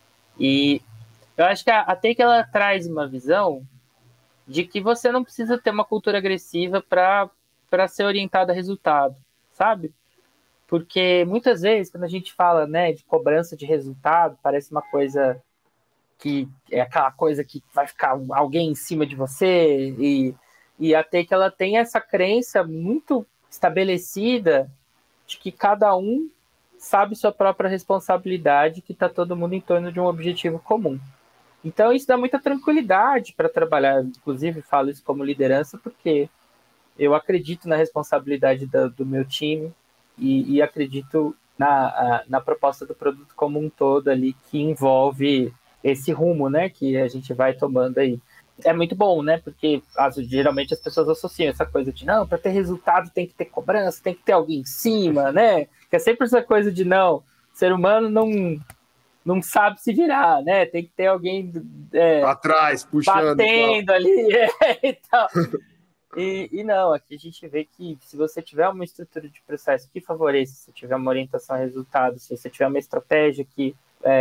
E eu acho que a Take, ela traz uma visão de que você não precisa ter uma cultura agressiva para ser orientado a resultado, sabe? Porque muitas vezes, quando a gente fala, né, de cobrança de resultado, parece uma coisa que é aquela coisa que vai ficar alguém em cima de você, e até que ela tem essa crença muito estabelecida de que cada um sabe sua própria responsabilidade, que está todo mundo em torno de um objetivo comum. Então isso dá muita tranquilidade para trabalhar. Inclusive, falo isso como liderança porque eu acredito na responsabilidade do meu time e acredito na proposta do produto como um todo ali, que envolve esse rumo, né, que a gente vai tomando aí. É muito bom, né, porque geralmente as pessoas associam essa coisa de, não, para ter resultado tem que ter cobrança, tem que ter alguém em cima, né, que é sempre essa coisa de, não, o ser humano não sabe se virar, né, tem que ter alguém atrás, puxando, batendo ali, e tal. E não, aqui a gente vê que se você tiver uma estrutura de processo que favoreça, se tiver uma orientação a resultados, se você tiver uma estratégia que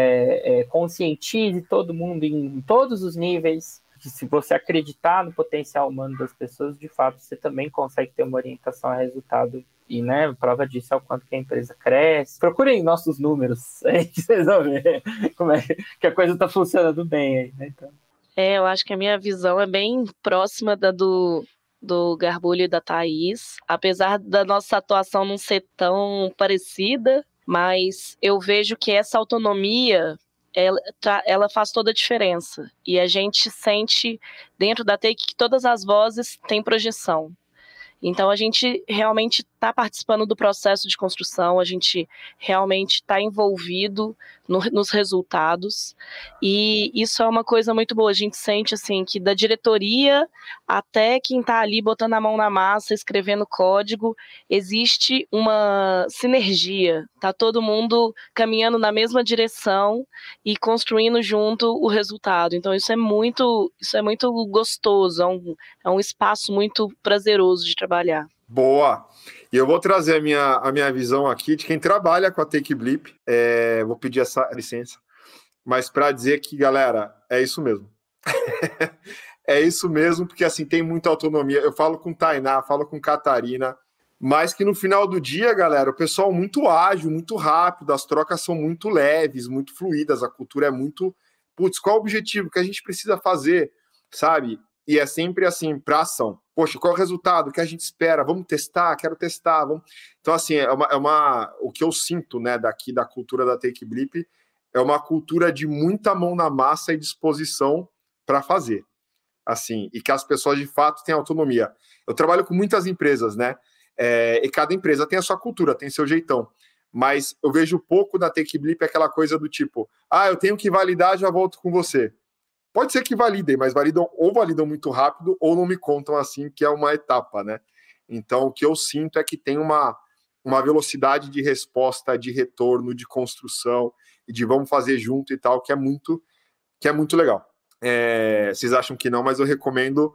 conscientize todo mundo em todos os níveis, que se você acreditar no potencial humano das pessoas, de fato, você também consegue ter uma orientação a resultado. E, né, prova disso é o quanto que a empresa cresce. Procurem nossos números, aí que vocês vão ver como é que a coisa está funcionando bem aí, né? Então... eu acho que a minha visão é bem próxima da do Garbulho e da Thaís, apesar da nossa atuação não ser tão parecida, mas eu vejo que essa autonomia, ela faz toda a diferença, e a gente sente dentro da Take que todas as vozes têm projeção. Então a gente realmente está participando do processo de construção, a gente realmente está envolvido nos resultados, e isso é uma coisa muito boa. A gente sente assim que da diretoria até quem está ali botando a mão na massa, escrevendo código, existe uma sinergia, tá todo mundo caminhando na mesma direção e construindo junto o resultado. Então isso é muito gostoso, é um espaço muito prazeroso de trabalhar. Boa! E eu vou trazer a minha visão aqui de quem trabalha com a Take Blip. Vou pedir essa licença, mas para dizer que, galera, é isso mesmo. É isso mesmo, porque assim, tem muita autonomia. Eu falo com Tainá, falo com Catarina, mas que no final do dia, galera, o pessoal é muito ágil, muito rápido, as trocas são muito leves, muito fluídas, a cultura é muito... Putz, qual é o objetivo que a gente precisa fazer, sabe? E é sempre assim, para ação. Poxa, qual é o resultado que a gente espera? Vamos testar? Quero testar. Vamos... Então, assim, o que eu sinto, né, daqui da cultura da Take Blip é uma cultura de muita mão na massa e disposição para fazer. assim, e que as pessoas de fato têm autonomia. Eu trabalho com muitas empresas, né? E cada empresa tem a sua cultura, tem seu jeitão. Mas eu vejo pouco da TechBlip aquela coisa do tipo, eu tenho que validar, já volto com você. Pode ser que validem, mas validam muito rápido ou não me contam assim, que é uma etapa, né? Então, o que eu sinto é que tem uma velocidade de resposta, de retorno, de construção, e de vamos fazer junto e tal, que é muito legal. Vocês acham que não, mas eu recomendo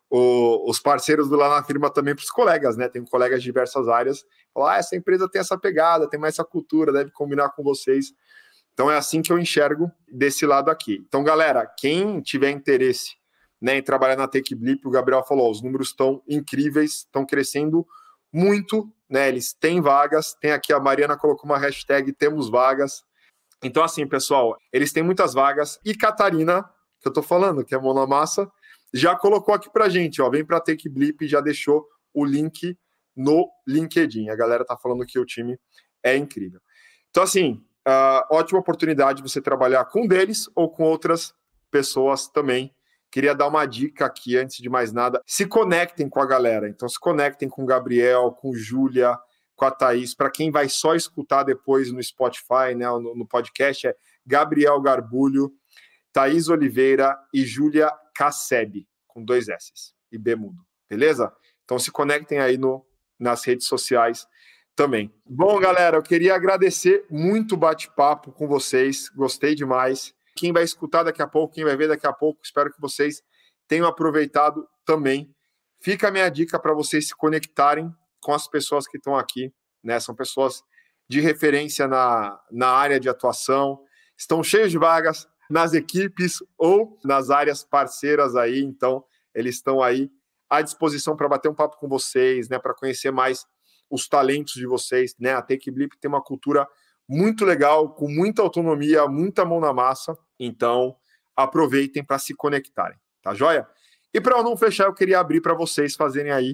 os parceiros do Lá na Firma também para os colegas, né? Tem colegas de diversas áreas, falam, essa empresa tem essa pegada, tem mais essa cultura, deve combinar com vocês. Então é assim que eu enxergo desse lado aqui. Então, galera, quem tiver interesse, né, em trabalhar na TechBlip, o Gabriel falou, os números estão incríveis, estão crescendo muito, né? Eles têm vagas, tem aqui a Mariana colocou uma hashtag, temos vagas. Então, assim, pessoal, eles têm muitas vagas. E Catarina, que eu tô falando, que é mão na massa, já colocou aqui pra gente, ó, vem pra TechBlip e já deixou o link no LinkedIn. A galera tá falando que o time é incrível. Então, assim, ótima oportunidade de você trabalhar com um deles ou com outras pessoas também. Queria dar uma dica aqui, antes de mais nada, se conectem com a galera. Então, se conectem com o Gabriel, com Júlia, com a Thaís. Para quem vai só escutar depois no Spotify, né, no podcast, é Gabriel Garbulho, Thaís Oliveira e Júlia Casseb, com 2 S's e B mudo, beleza? Então se conectem aí nas redes sociais também. Bom, galera, eu queria agradecer muito o bate-papo com vocês, gostei demais. Quem vai escutar daqui a pouco, quem vai ver daqui a pouco, espero que vocês tenham aproveitado também. Fica a minha dica para vocês se conectarem com as pessoas que estão aqui, né? São pessoas de referência na área de atuação, estão cheios de vagas nas equipes ou nas áreas parceiras aí, então eles estão aí à disposição para bater um papo com vocês, né? Para conhecer mais os talentos de vocês, né? A TechBlip tem uma cultura muito legal, com muita autonomia, muita mão na massa, então aproveitem para se conectarem, tá joia? E para eu não fechar, eu queria abrir para vocês fazerem aí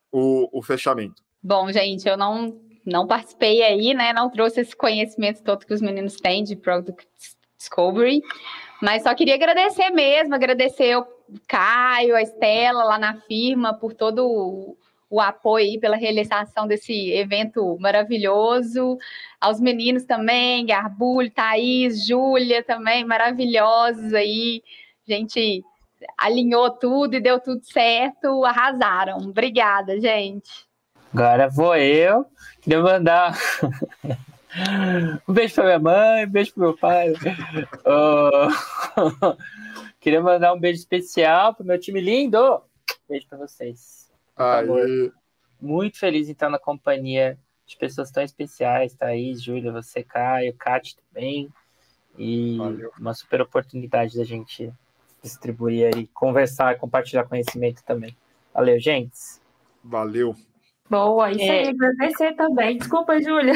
o fechamento. Bom, gente, eu não participei aí, né? Não trouxe esse conhecimento todo que os meninos têm de Product Discovery, mas só queria agradecer o Caio, a Estela lá na firma por todo o apoio aí pela realização desse evento maravilhoso, aos meninos também, Garbulho, Thaís, Júlia também, maravilhosos aí, gente alinhou tudo e deu tudo certo, arrasaram. Obrigada, gente. Agora vou eu. Queria mandar um beijo pra minha mãe, um beijo pro meu pai. Queria mandar um beijo especial pro meu time lindo. Beijo pra vocês. Muito feliz em estar na companhia de pessoas tão especiais. Thaís, Júlia, você, Caio, Kate também. E uma super oportunidade da gente distribuir aí, conversar, compartilhar conhecimento também. Valeu, gente. Valeu. Boa, isso aí, agradecer também. Desculpa, Júlia.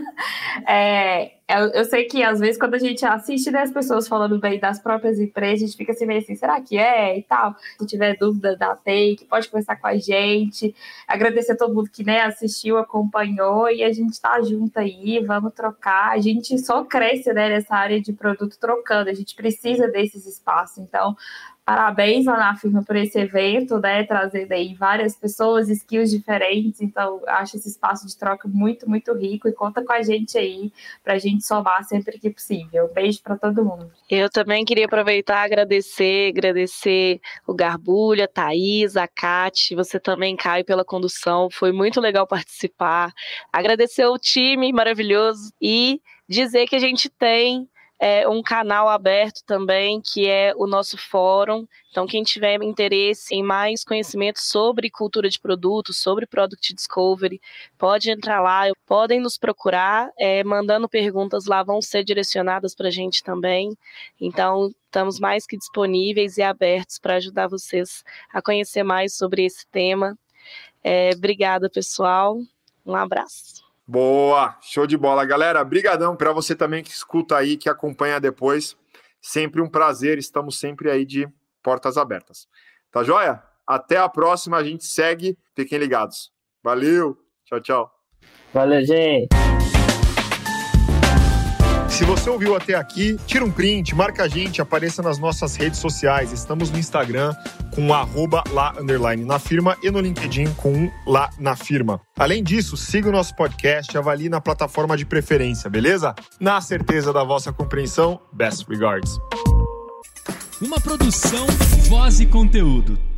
Eu sei que às vezes quando a gente assiste, né, as pessoas falando bem das próprias empresas, a gente fica assim meio assim, será que é e tal? Se tiver dúvida da Take, pode conversar com a gente. Agradecer a todo mundo que, né, assistiu, acompanhou, e a gente tá junto aí, vamos trocar. A gente só cresce, né, nessa área de produto trocando, a gente precisa desses espaços. Então, parabéns lá na firma por esse evento, né, trazendo aí várias pessoas, skills diferentes. Então, acho esse espaço de troca muito, muito rico, e conta com a gente aí pra gente somar sempre que possível. Beijo para todo mundo. Eu também queria aproveitar e agradecer o Garbulho, a Thaís, a Kate, você também, Caio, pela condução, foi muito legal participar. Agradecer o time maravilhoso e dizer que a gente tem um canal aberto também, que é o nosso fórum. Então, quem tiver interesse em mais conhecimento sobre cultura de produto, sobre Product Discovery, pode entrar lá, podem nos procurar, mandando perguntas lá, vão ser direcionadas para a gente também. Então, estamos mais que disponíveis e abertos para ajudar vocês a conhecer mais sobre esse tema. Obrigada, pessoal. Um abraço. Boa, show de bola, galera. Brigadão para você também que escuta aí, que acompanha depois. Sempre um prazer, estamos sempre aí de portas abertas. Tá joia? Até a próxima, a gente segue. Fiquem ligados. Valeu, tchau, tchau. Valeu, gente. Se você ouviu até aqui, tira um print, marca a gente, apareça nas nossas redes sociais. Estamos no Instagram com @lá_na firma e no LinkedIn com lá na firma. Além disso, siga o nosso podcast e avalie na plataforma de preferência, beleza? Na certeza da vossa compreensão, best regards. Uma produção, voz e conteúdo.